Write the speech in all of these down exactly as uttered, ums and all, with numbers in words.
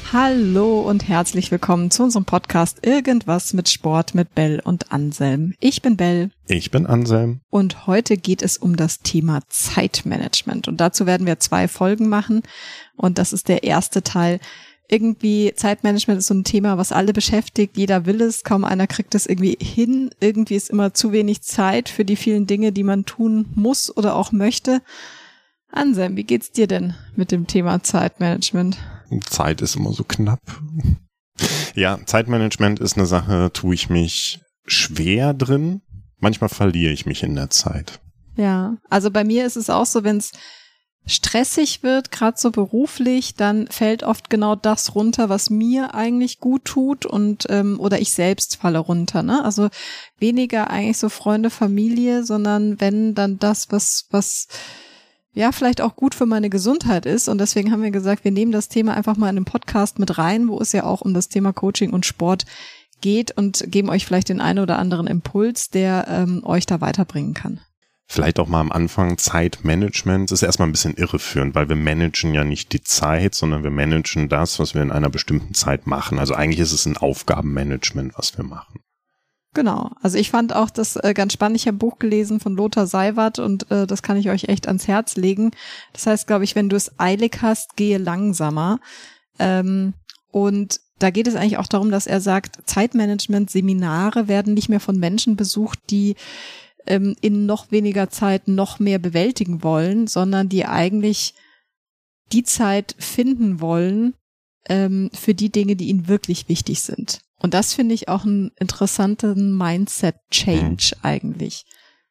Hallo und herzlich willkommen zu unserem Podcast Irgendwas mit Sport mit Bell und Anselm. Ich bin Bell. Ich bin Anselm. Und heute geht es um das Thema Zeitmanagement. Und dazu werden wir zwei Folgen machen. Und das ist der erste Teil. Irgendwie Zeitmanagement ist so ein Thema, was alle beschäftigt. Jeder will es, kaum einer kriegt es irgendwie hin. Irgendwie ist immer zu wenig Zeit für die vielen Dinge, die man tun muss oder auch möchte. Anselm, wie geht's dir denn mit dem Thema Zeitmanagement? Zeit ist immer so knapp. Ja, Zeitmanagement ist eine Sache, tue ich mich schwer drin. Manchmal verliere ich mich in der Zeit. Ja, also bei mir ist es auch so, wenn es stressig wird, gerade so beruflich, dann fällt oft genau das runter, was mir eigentlich gut tut und ähm, oder ich selbst falle runter, ne? Also weniger eigentlich so Freunde, Familie, sondern wenn dann das, was was ja vielleicht auch gut für meine Gesundheit ist. Und deswegen haben wir gesagt, wir nehmen das Thema einfach mal in den Podcast mit rein, wo es ja auch um das Thema Coaching und Sport geht und geben euch vielleicht den einen oder anderen Impuls, der ähm, euch da weiterbringen kann. Vielleicht auch mal am Anfang, Zeitmanagement ist erstmal ein bisschen irreführend, weil wir managen ja nicht die Zeit, sondern wir managen das, was wir in einer bestimmten Zeit machen. Also eigentlich ist es ein Aufgabenmanagement, was wir machen. Genau, also ich fand auch das äh, ganz spannend, ich habe ein Buch gelesen von Lothar Seiwert und äh, das kann ich euch echt ans Herz legen. Das heißt, glaube ich, wenn du es eilig hast, gehe langsamer. Ähm, und da geht es eigentlich auch darum, dass er sagt, Zeitmanagement-Seminare werden nicht mehr von Menschen besucht, die ähm, in noch weniger Zeit noch mehr bewältigen wollen, sondern die eigentlich die Zeit finden wollen ähm, für die Dinge, die ihnen wirklich wichtig sind. Und das finde ich auch einen interessanten Mindset-Change mhm. eigentlich.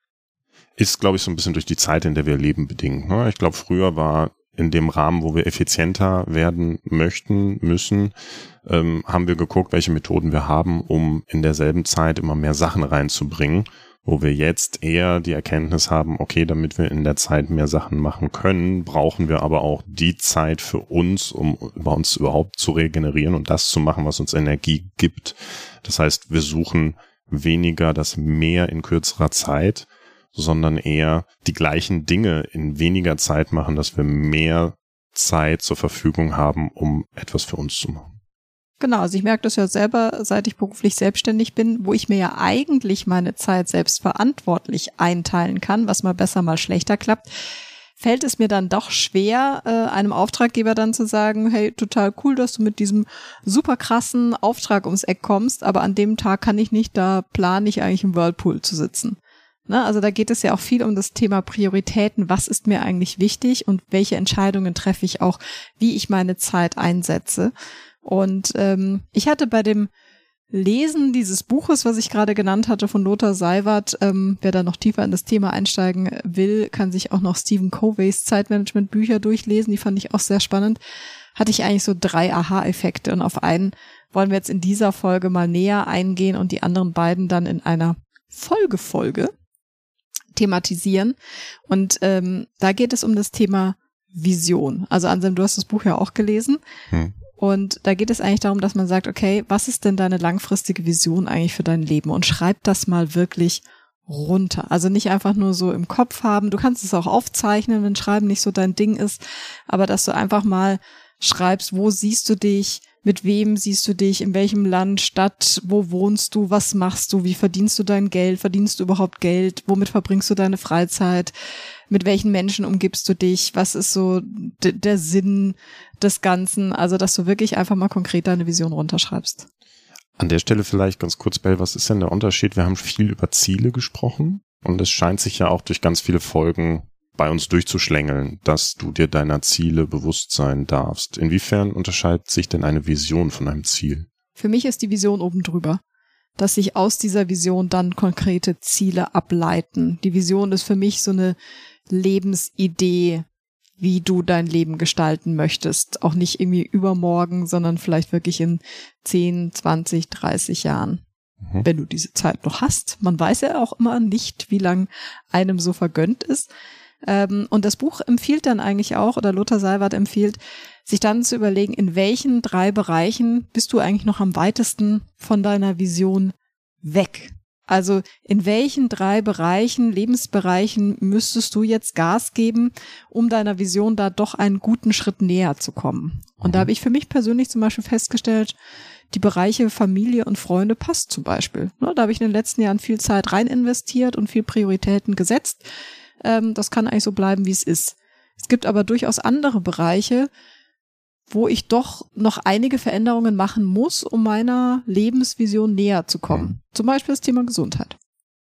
Ist, glaube ich, so ein bisschen durch die Zeit, in der wir leben, bedingt. Ne? Ich glaube, früher war in dem Rahmen, wo wir effizienter werden möchten, müssen, ähm, haben wir geguckt, welche Methoden wir haben, um in derselben Zeit immer mehr Sachen reinzubringen, wo wir jetzt eher die Erkenntnis haben, okay, damit wir in der Zeit mehr Sachen machen können, brauchen wir aber auch die Zeit für uns, um bei uns überhaupt zu regenerieren und das zu machen, was uns Energie gibt. Das heißt, wir suchen weniger das Mehr in kürzerer Zeit, sondern eher die gleichen Dinge in weniger Zeit machen, dass wir mehr Zeit zur Verfügung haben, um etwas für uns zu machen. Genau, also ich merke das ja selber, seit ich beruflich selbstständig bin, wo ich mir ja eigentlich meine Zeit selbst verantwortlich einteilen kann, was mal besser, mal schlechter klappt, fällt es mir dann doch schwer, äh, einem Auftraggeber dann zu sagen, hey, total cool, dass du mit diesem super krassen Auftrag ums Eck kommst, aber an dem Tag kann ich nicht, da plane ich eigentlich im Whirlpool zu sitzen. Ne? Also da geht es ja auch viel um das Thema Prioritäten, was ist mir eigentlich wichtig und welche Entscheidungen treffe ich auch, wie ich meine Zeit einsetze. Und ähm, ich hatte bei dem Lesen dieses Buches, was ich gerade genannt hatte, von Lothar Seiwert, ähm, wer da noch tiefer in das Thema einsteigen will, kann sich auch noch Stephen Coveys Zeitmanagement-Bücher durchlesen, die fand ich auch sehr spannend, hatte ich eigentlich so drei Aha-Effekte und auf einen wollen wir jetzt in dieser Folge mal näher eingehen und die anderen beiden dann in einer Folgefolge thematisieren. Und ähm, da geht es um das Thema Vision. Also Anselm, du hast das Buch ja auch gelesen. Hm. Und da geht es eigentlich darum, dass man sagt, okay, was ist denn deine langfristige Vision eigentlich für dein Leben? Und schreib das mal wirklich runter. Also nicht einfach nur so im Kopf haben. Du kannst es auch aufzeichnen, wenn Schreiben nicht so dein Ding ist. Aber dass du einfach mal schreibst, wo siehst du dich? Mit wem siehst du dich? In welchem Land, Stadt? Wo wohnst du? Was machst du? Wie verdienst du dein Geld? Verdienst du überhaupt Geld? Womit verbringst du deine Freizeit? Mit welchen Menschen umgibst du dich? Was ist so d- der Sinn des Ganzen? Also, dass du wirklich einfach mal konkret deine Vision runterschreibst. An der Stelle vielleicht ganz kurz, Bell, was ist denn der Unterschied? Wir haben viel über Ziele gesprochen und es scheint sich ja auch durch ganz viele Folgen bei uns durchzuschlängeln, dass du dir deiner Ziele bewusst sein darfst. Inwiefern unterscheidet sich denn eine Vision von einem Ziel? Für mich ist die Vision oben drüber, dass sich aus dieser Vision dann konkrete Ziele ableiten. Die Vision ist für mich so eine Lebensidee, wie du dein Leben gestalten möchtest. Auch nicht irgendwie übermorgen, sondern vielleicht wirklich in zehn, zwanzig, dreißig Jahren. Mhm. Wenn du diese Zeit noch hast. Man weiß ja auch immer nicht, wie lang einem so vergönnt ist. Und das Buch empfiehlt dann eigentlich auch, oder Lothar Seiwert empfiehlt, sich dann zu überlegen, in welchen drei Bereichen bist du eigentlich noch am weitesten von deiner Vision weg. Also in welchen drei Bereichen, Lebensbereichen müsstest du jetzt Gas geben, um deiner Vision da doch einen guten Schritt näher zu kommen? Und da habe ich für mich persönlich zum Beispiel festgestellt, die Bereiche Familie und Freunde passt zum Beispiel. Da habe ich in den letzten Jahren viel Zeit rein investiert und viel Prioritäten gesetzt. Das kann eigentlich so bleiben, wie es ist. Es gibt aber durchaus andere Bereiche, wo ich doch noch einige Veränderungen machen muss, um meiner Lebensvision näher zu kommen. Zum Beispiel das Thema Gesundheit.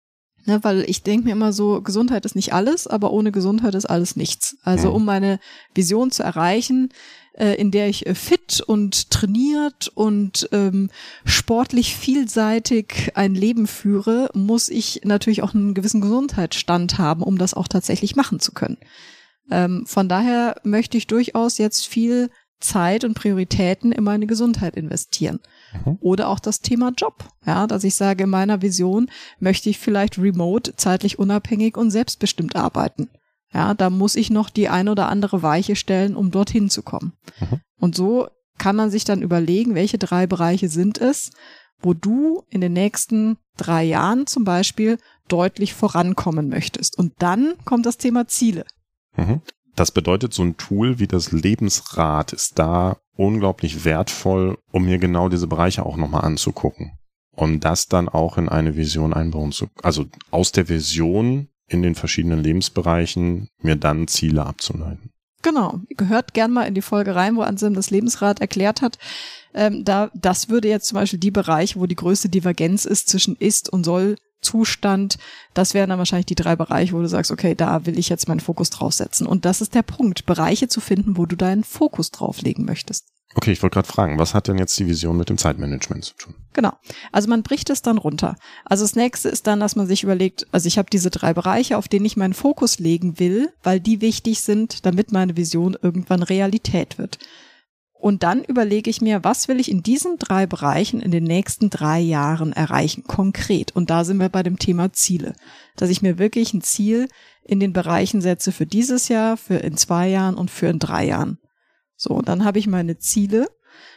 Ne, weil ich denke mir immer so, Gesundheit ist nicht alles, aber ohne Gesundheit ist alles nichts. Also um meine Vision zu erreichen, äh, in der ich äh, fit und trainiert und ähm, sportlich vielseitig ein Leben führe, muss ich natürlich auch einen gewissen Gesundheitsstand haben, um das auch tatsächlich machen zu können. Ähm, von daher möchte ich durchaus jetzt viel Zeit und Prioritäten in meine Gesundheit investieren. Mhm. Oder auch das Thema Job. Ja, dass ich sage, in meiner Vision möchte ich vielleicht remote, zeitlich unabhängig und selbstbestimmt arbeiten. Ja, da muss ich noch die eine oder andere Weiche stellen, um dorthin zu kommen. Mhm. Und so kann man sich dann überlegen, welche drei Bereiche sind es, wo du in den nächsten drei Jahren zum Beispiel deutlich vorankommen möchtest. Und dann kommt das Thema Ziele. Mhm. Das bedeutet, so ein Tool wie das Lebensrad ist da unglaublich wertvoll, um mir genau diese Bereiche auch nochmal anzugucken. Und das dann auch in eine Vision einbauen zu, also aus der Vision in den verschiedenen Lebensbereichen mir dann Ziele abzuleiten. Genau, gehört gern mal in die Folge rein, wo Anselm das Lebensrad erklärt hat. Ähm, da, das würde jetzt zum Beispiel die Bereiche, wo die größte Divergenz ist zwischen Ist- und Soll-Zustand, das wären dann wahrscheinlich die drei Bereiche, wo du sagst, okay, da will ich jetzt meinen Fokus drauf setzen. Und das ist der Punkt, Bereiche zu finden, wo du deinen Fokus drauflegen möchtest. Okay, ich wollte gerade fragen, was hat denn jetzt die Vision mit dem Zeitmanagement zu tun? Genau, also man bricht es dann runter. Also das nächste ist dann, dass man sich überlegt, also ich habe diese drei Bereiche, auf denen ich meinen Fokus legen will, weil die wichtig sind, damit meine Vision irgendwann Realität wird. Und dann überlege ich mir, was will ich in diesen drei Bereichen in den nächsten drei Jahren erreichen, konkret. Und da sind wir bei dem Thema Ziele. Dass ich mir wirklich ein Ziel in den Bereichen setze für dieses Jahr, für in zwei Jahren und für in drei Jahren. So, und dann habe ich meine Ziele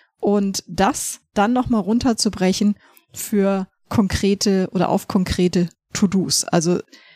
und das dann nochmal runterzubrechen für konkrete oder auf konkrete To-Dos. Also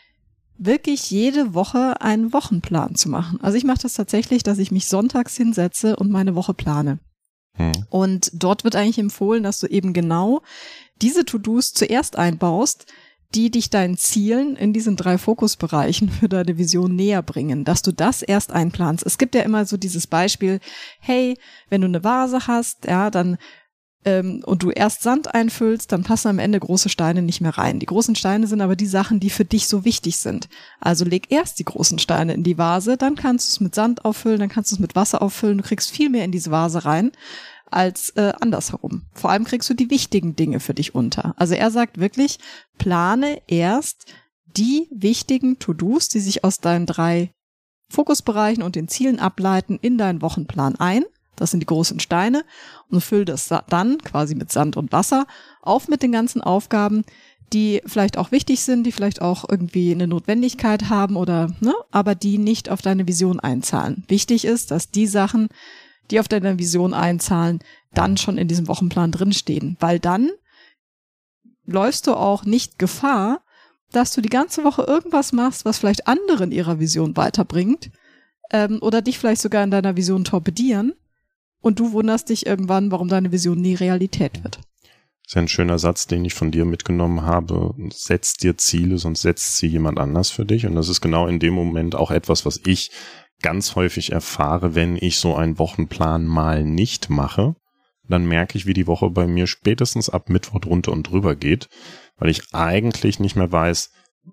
wirklich jede Woche einen Wochenplan zu machen. Also ich mache das tatsächlich, dass ich mich sonntags hinsetze und meine Woche plane. Hm. Und dort wird eigentlich empfohlen, dass du eben genau diese To-Dos zuerst einbaust, die dich deinen Zielen in diesen drei Fokusbereichen für deine Vision näher bringen, dass du das erst einplanst. Es gibt ja immer so dieses Beispiel, hey, wenn du eine Vase hast, ja, dann ähm, und du erst Sand einfüllst, dann passen am Ende große Steine nicht mehr rein. Die großen Steine sind aber die Sachen, die für dich so wichtig sind. Also leg erst die großen Steine in die Vase, dann kannst du es mit Sand auffüllen, dann kannst du es mit Wasser auffüllen, du kriegst viel mehr in diese Vase rein als äh, andersherum. Vor allem kriegst du die wichtigen Dinge für dich unter. Also er sagt wirklich, plane erst die wichtigen To-Dos, die sich aus deinen drei Fokusbereichen und den Zielen ableiten, in deinen Wochenplan ein. Das sind die großen Steine und füll das dann quasi mit Sand und Wasser auf mit den ganzen Aufgaben, die vielleicht auch wichtig sind, die vielleicht auch irgendwie eine Notwendigkeit haben oder, ne, aber die nicht auf deine Vision einzahlen. Wichtig ist, dass die Sachen, die auf deine Vision einzahlen, dann schon in diesem Wochenplan drinstehen. Weil dann läufst du auch nicht Gefahr, dass du die ganze Woche irgendwas machst, was vielleicht anderen ihrer Vision weiterbringt ähm, oder dich vielleicht sogar in deiner Vision torpedieren und du wunderst dich irgendwann, warum deine Vision nie Realität wird. Das ist ja ein schöner Satz, den ich von dir mitgenommen habe. Setz dir Ziele, sonst setzt sie jemand anders für dich. Und das ist genau in dem Moment auch etwas, was ich ganz häufig erfahre, wenn ich so einen Wochenplan mal nicht mache, dann merke ich, wie die Woche bei mir spätestens ab Mittwoch drunter und drüber geht, weil ich eigentlich nicht mehr weiß,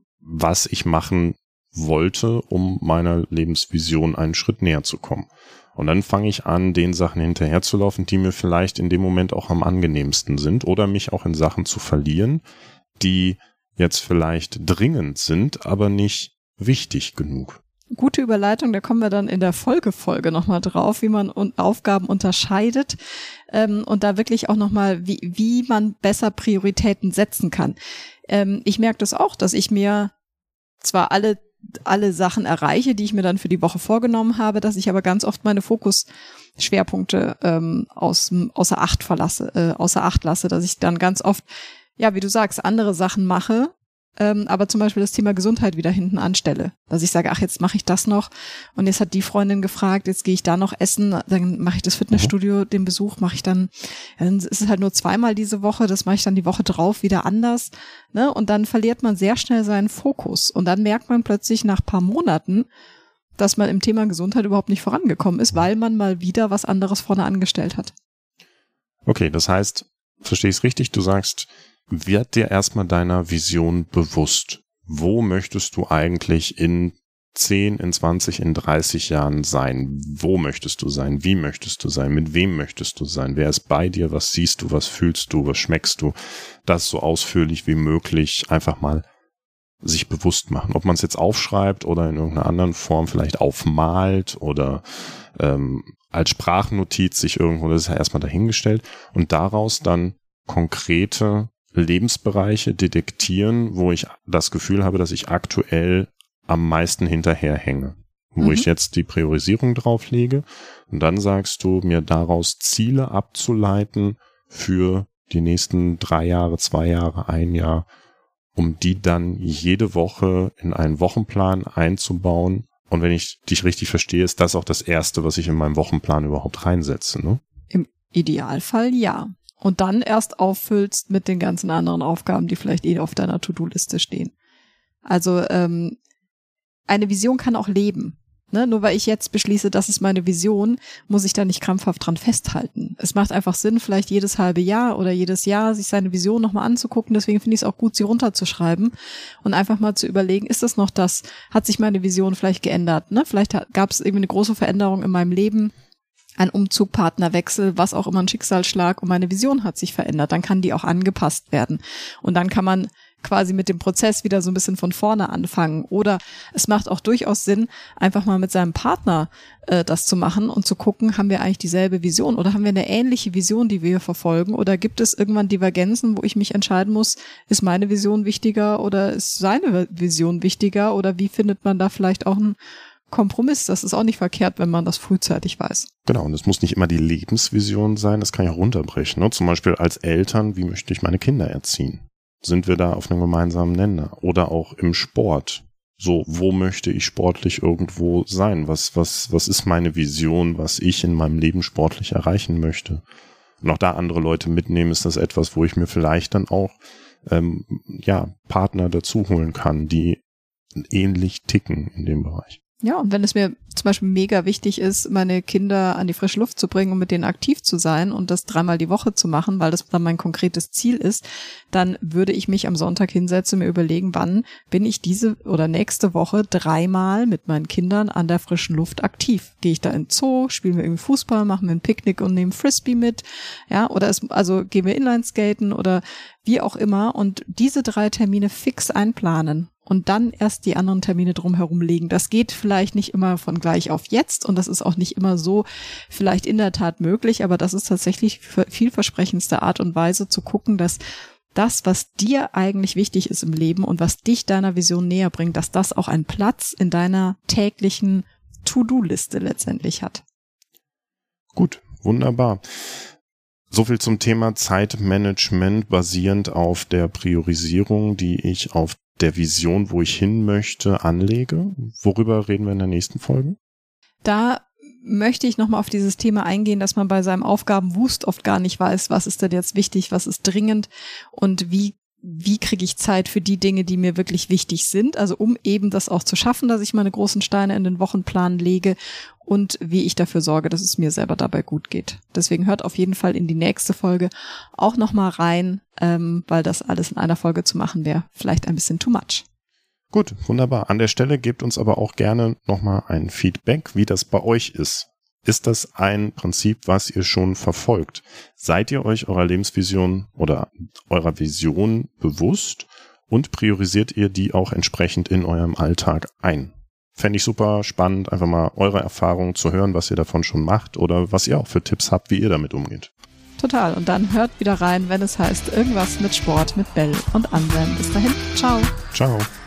was ich machen wollte, um meiner Lebensvision einen Schritt näher zu kommen. Und dann fange ich an, den Sachen hinterherzulaufen, die mir vielleicht in dem Moment auch am angenehmsten sind oder mich auch in Sachen zu verlieren, die jetzt vielleicht dringend sind, aber nicht wichtig genug. Gute Überleitung, da kommen wir dann in der Folgefolge nochmal drauf, wie man Aufgaben unterscheidet ähm, und da wirklich auch nochmal, wie, wie man besser Prioritäten setzen kann. Ähm, ich merke das auch, dass ich mir zwar alle alle Sachen erreiche, die ich mir dann für die Woche vorgenommen habe, dass ich aber ganz oft meine Fokusschwerpunkte ähm, aus, außer Acht verlasse, äh, außer Acht lasse, dass ich dann ganz oft ja, wie du sagst, andere Sachen mache, ähm, aber zum Beispiel das Thema Gesundheit wieder hinten anstelle. Dass ich sage, ach, jetzt mache ich das noch und jetzt hat die Freundin gefragt, jetzt gehe ich da noch essen, dann mache ich das Fitnessstudio, den Besuch mache ich dann, dann ist es halt nur zweimal diese Woche, das mache ich dann die Woche drauf wieder anders, ne? Und dann verliert man sehr schnell seinen Fokus und dann merkt man plötzlich nach ein paar Monaten, dass man im Thema Gesundheit überhaupt nicht vorangekommen ist, weil man mal wieder was anderes vorne angestellt hat. Okay, das heißt, verstehe ich es richtig, du sagst, werd dir erstmal deiner Vision bewusst. Wo möchtest du eigentlich in zehn, in zwanzig, in dreißig Jahren sein? Wo möchtest du sein? Wie möchtest du sein? Mit wem möchtest du sein? Wer ist bei dir? Was siehst du? Was fühlst du? Was schmeckst du? Das so ausführlich wie möglich einfach mal sich bewusst machen. Ob man es jetzt aufschreibt oder in irgendeiner anderen Form vielleicht aufmalt oder ähm, als Sprachnotiz sich irgendwo, das ist ja erstmal dahingestellt und daraus dann konkrete Lebensbereiche detektieren, wo ich das Gefühl habe, dass ich aktuell am meisten hinterherhänge, wo mhm. ich jetzt die Priorisierung drauf lege und dann sagst du, mir daraus Ziele abzuleiten für die nächsten drei Jahre, zwei Jahre, ein Jahr, um die dann jede Woche in einen Wochenplan einzubauen. Und wenn ich dich richtig verstehe, ist das auch das Erste, was ich in meinem Wochenplan überhaupt reinsetze, ne? Im Idealfall ja. Und dann erst auffüllst mit den ganzen anderen Aufgaben, die vielleicht eh auf deiner To-Do-Liste stehen. Also ähm, eine Vision kann auch leben. Ne? Nur weil ich jetzt beschließe, das ist meine Vision, muss ich da nicht krampfhaft dran festhalten. Es macht einfach Sinn, vielleicht jedes halbe Jahr oder jedes Jahr sich seine Vision nochmal anzugucken. Deswegen finde ich es auch gut, sie runterzuschreiben und einfach mal zu überlegen, ist das noch das? Hat sich meine Vision vielleicht geändert? Ne? Vielleicht gab es irgendwie eine große Veränderung in meinem Leben, ein Umzug, Partnerwechsel, was auch immer, ein Schicksalsschlag und meine Vision hat sich verändert. Dann kann die auch angepasst werden. Und dann kann man quasi mit dem Prozess wieder so ein bisschen von vorne anfangen. Oder es macht auch durchaus Sinn, einfach mal mit seinem Partner äh, das zu machen und zu gucken, haben wir eigentlich dieselbe Vision oder haben wir eine ähnliche Vision, die wir hier verfolgen? Oder gibt es irgendwann Divergenzen, wo ich mich entscheiden muss, ist meine Vision wichtiger oder ist seine Vision wichtiger? Oder wie findet man da vielleicht auch ein Kompromiss? Das ist auch nicht verkehrt, wenn man das frühzeitig weiß. Genau, und es muss nicht immer die Lebensvision sein, das kann ja runterbrechen. Ne? Zum Beispiel als Eltern, wie möchte ich meine Kinder erziehen? Sind wir da auf einem gemeinsamen Nenner? Oder auch im Sport. So, wo möchte ich sportlich irgendwo sein? Was, was, was ist meine Vision, was ich in meinem Leben sportlich erreichen möchte? Und auch da andere Leute mitnehmen, ist das etwas, wo ich mir vielleicht dann auch ähm, ja Partner dazu holen kann, die ähnlich ticken in dem Bereich. Ja, und wenn es mir zum Beispiel mega wichtig ist, meine Kinder an die frische Luft zu bringen und mit denen aktiv zu sein und das dreimal die Woche zu machen, weil das dann mein konkretes Ziel ist, dann würde ich mich am Sonntag hinsetzen und mir überlegen, wann bin ich diese oder nächste Woche dreimal mit meinen Kindern an der frischen Luft aktiv. Gehe ich da in den Zoo, spielen wir irgendwie Fußball, machen wir ein Picknick und nehmen Frisbee mit, ja, oder es, also gehen wir Inlineskaten oder wie auch immer und diese drei Termine fix einplanen. Und dann erst die anderen Termine drumherum legen. Das geht vielleicht nicht immer von gleich auf jetzt und das ist auch nicht immer so vielleicht in der Tat möglich, aber das ist tatsächlich vielversprechendste Art und Weise zu gucken, dass das, was dir eigentlich wichtig ist im Leben und was dich deiner Vision näher bringt, dass das auch einen Platz in deiner täglichen To-Do-Liste letztendlich hat. Gut, wunderbar. So viel zum Thema Zeitmanagement basierend auf der Priorisierung, die ich auf der Vision, wo ich hin möchte, anlege. Worüber reden wir in der nächsten Folge? Da möchte ich nochmal auf dieses Thema eingehen, dass man bei seinem Aufgabenwust oft gar nicht weiß, was ist denn jetzt wichtig, was ist dringend und wie wie kriege ich Zeit für die Dinge, die mir wirklich wichtig sind, also um eben das auch zu schaffen, dass ich meine großen Steine in den Wochenplan lege und wie ich dafür sorge, dass es mir selber dabei gut geht. Deswegen hört auf jeden Fall in die nächste Folge auch nochmal rein, ähm, weil das alles in einer Folge zu machen wäre vielleicht ein bisschen too much. Gut, wunderbar. An der Stelle gebt uns aber auch gerne nochmal ein Feedback, wie das bei euch ist. Ist das ein Prinzip, was ihr schon verfolgt? Seid ihr euch eurer Lebensvision oder eurer Vision bewusst und priorisiert ihr die auch entsprechend in eurem Alltag ein? Fände ich super spannend, einfach mal eure Erfahrungen zu hören, was ihr davon schon macht oder was ihr auch für Tipps habt, wie ihr damit umgeht. Total. Und dann hört wieder rein, wenn es heißt, irgendwas mit Sport, mit Bell und Anselm. Bis dahin. Ciao. Ciao.